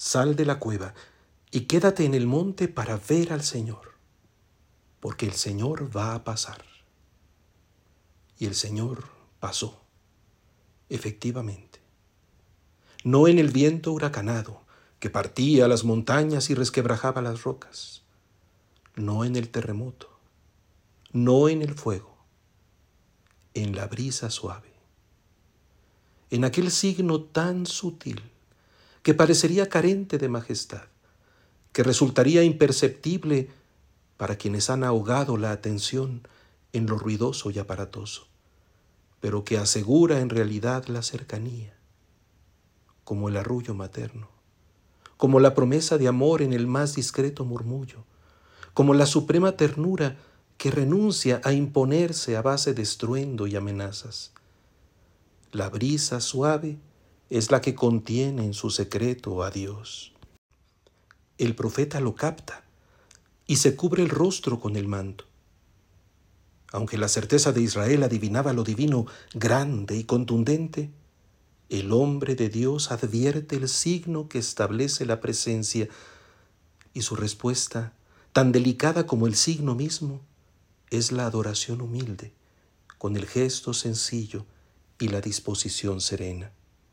sal de la cueva y quédate en el monte para ver al Señor, porque el Señor va a pasar. Y el Señor pasó, efectivamente. No en el viento huracanado que partía las montañas y resquebrajaba las rocas, no en el terremoto, no en el fuego, en la brisa suave, en aquel signo tan sutil que parecería carente de majestad, que resultaría imperceptible para quienes han ahogado la atención en lo ruidoso y aparatoso, pero que asegura en realidad la cercanía, como el arrullo materno, como la promesa de amor en el más discreto murmullo, como la suprema ternura que renuncia a imponerse a base de estruendo y amenazas. La brisa suave es la que contiene en su secreto a Dios. El profeta lo capta y se cubre el rostro con el manto. Aunque la certeza de Israel adivinaba lo divino grande y contundente, el hombre de Dios advierte el signo que establece la presencia y su respuesta, tan delicada como el signo mismo, es la adoración humilde, con el gesto sencillo y la disposición serena.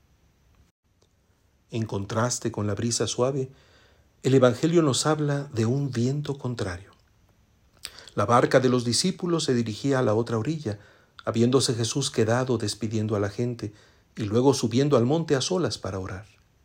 En contraste con la brisa suave, el Evangelio nos habla de un viento contrario. La barca de los discípulos se dirigía a la otra orilla, habiéndose Jesús quedado despidiendo a la gente y luego subiendo al monte a solas para orar.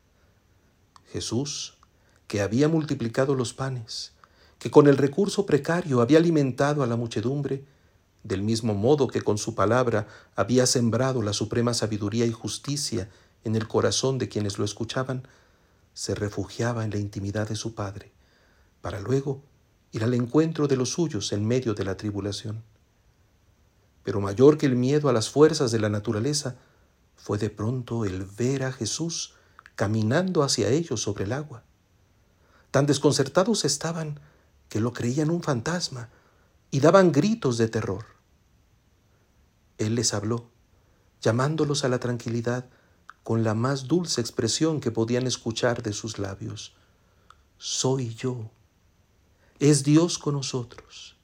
Jesús, que había multiplicado los panes, que con el recurso precario había alimentado a la muchedumbre, del mismo modo que con su palabra había sembrado la suprema sabiduría y justicia en el corazón de quienes lo escuchaban, se refugiaba en la intimidad de su Padre, para luego ir al encuentro de los suyos en medio de la tribulación. Pero mayor que el miedo a las fuerzas de la naturaleza fue de pronto el ver a Jesús caminando hacia ellos sobre el agua. Tan desconcertados estaban que lo creían un fantasma y daban gritos de terror. Él les habló, llamándolos a la tranquilidad con la más dulce expresión que podían escuchar de sus labios. Soy yo. Es Dios con nosotros.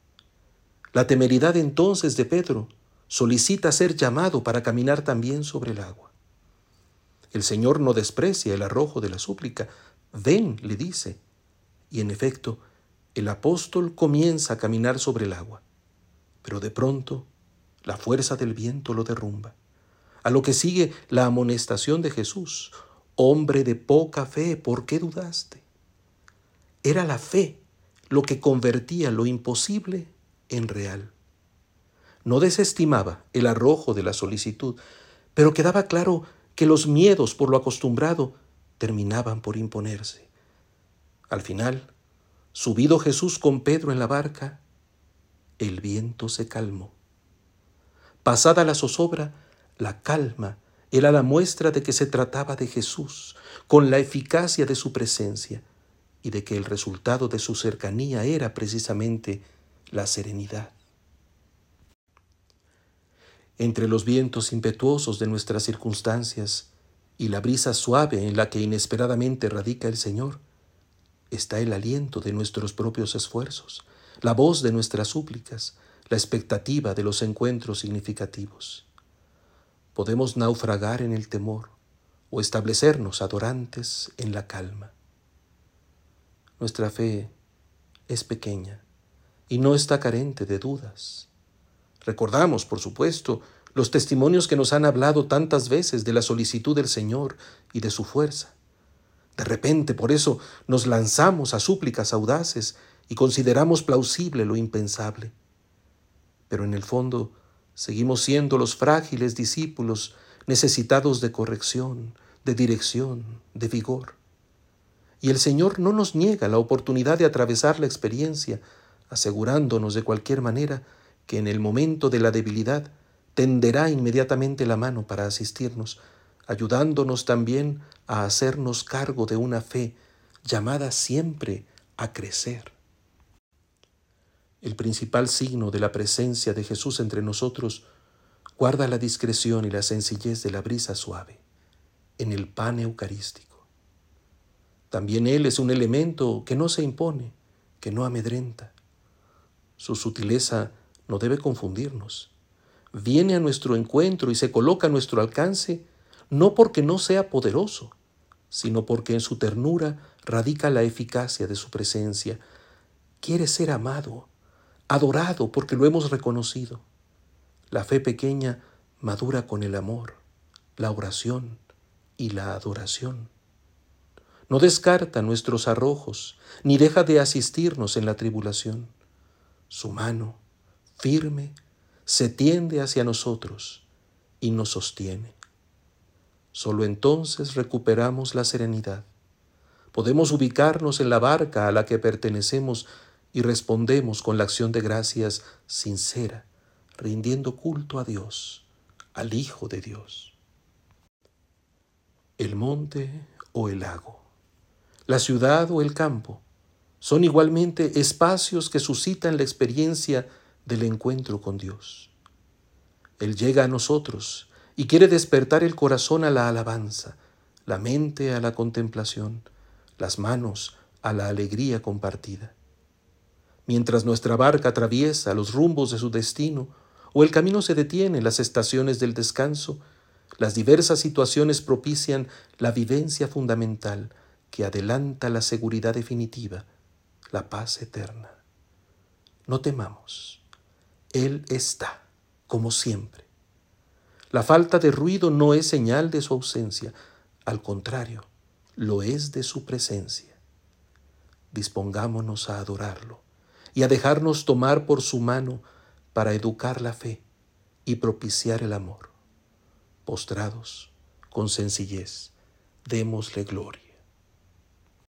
La temeridad entonces de Pedro solicita ser llamado para caminar también sobre el agua. El Señor no desprecia el arrojo de la súplica. Ven, le dice. Y en efecto, el apóstol comienza a caminar sobre el agua. Pero de pronto, la fuerza del viento lo derrumba. A lo que sigue la amonestación de Jesús. Hombre de poca fe, ¿por qué dudaste? Era la fe lo que convertía lo imposible en real. No desestimaba el arrojo de la solicitud, pero quedaba claro que los miedos por lo acostumbrado terminaban por imponerse. Al final, subido Jesús con Pedro en la barca, el viento se calmó. Pasada la zozobra, la calma era la muestra de que se trataba de Jesús, con la eficacia de su presencia, y de que el resultado de su cercanía era precisamente la serenidad. Entre los vientos impetuosos de nuestras circunstancias y la brisa suave en la que inesperadamente radica el Señor, está el aliento de nuestros propios esfuerzos, la voz de nuestras súplicas, la expectativa de los encuentros significativos. Podemos naufragar en el temor o establecernos adorantes en la calma. Nuestra fe es pequeña y no está carente de dudas. Recordamos, por supuesto, los testimonios que nos han hablado tantas veces de la solicitud del Señor y de su fuerza. De repente, por eso, nos lanzamos a súplicas audaces y consideramos plausible lo impensable. Pero en el fondo, seguimos siendo los frágiles discípulos necesitados de corrección, de dirección, de vigor. Y el Señor no nos niega la oportunidad de atravesar la experiencia, asegurándonos de cualquier manera que en el momento de la debilidad tenderá inmediatamente la mano para asistirnos, ayudándonos también a hacernos cargo de una fe llamada siempre a crecer. El principal signo de la presencia de Jesús entre nosotros guarda la discreción y la sencillez de la brisa suave, en el pan eucarístico. También Él es un elemento que no se impone, que no amedrenta. Su sutileza no debe confundirnos. Viene a nuestro encuentro y se coloca a nuestro alcance, no porque no sea poderoso, sino porque en su ternura radica la eficacia de su presencia. Quiere ser amado, adorado porque lo hemos reconocido. La fe pequeña madura con el amor, la oración y la adoración. No descarta nuestros arrojos, ni deja de asistirnos en la tribulación. Su mano, firme, se tiende hacia nosotros y nos sostiene. Solo entonces recuperamos la serenidad. Podemos ubicarnos en la barca a la que pertenecemos y respondemos con la acción de gracias sincera, rindiendo culto a Dios, al Hijo de Dios. El monte o el lago, la ciudad o el campo, son igualmente espacios que suscitan la experiencia del encuentro con Dios. Él llega a nosotros y quiere despertar el corazón a la alabanza, la mente a la contemplación, las manos a la alegría compartida. Mientras nuestra barca atraviesa los rumbos de su destino o el camino se detiene en las estaciones del descanso, las diversas situaciones propician la vivencia fundamental que adelanta la seguridad definitiva, la paz eterna. No temamos. Él está, como siempre. La falta de ruido no es señal de su ausencia, al contrario, lo es de su presencia. Dispongámonos a adorarlo y a dejarnos tomar por su mano para educar la fe y propiciar el amor. Postrados, con sencillez, démosle gloria.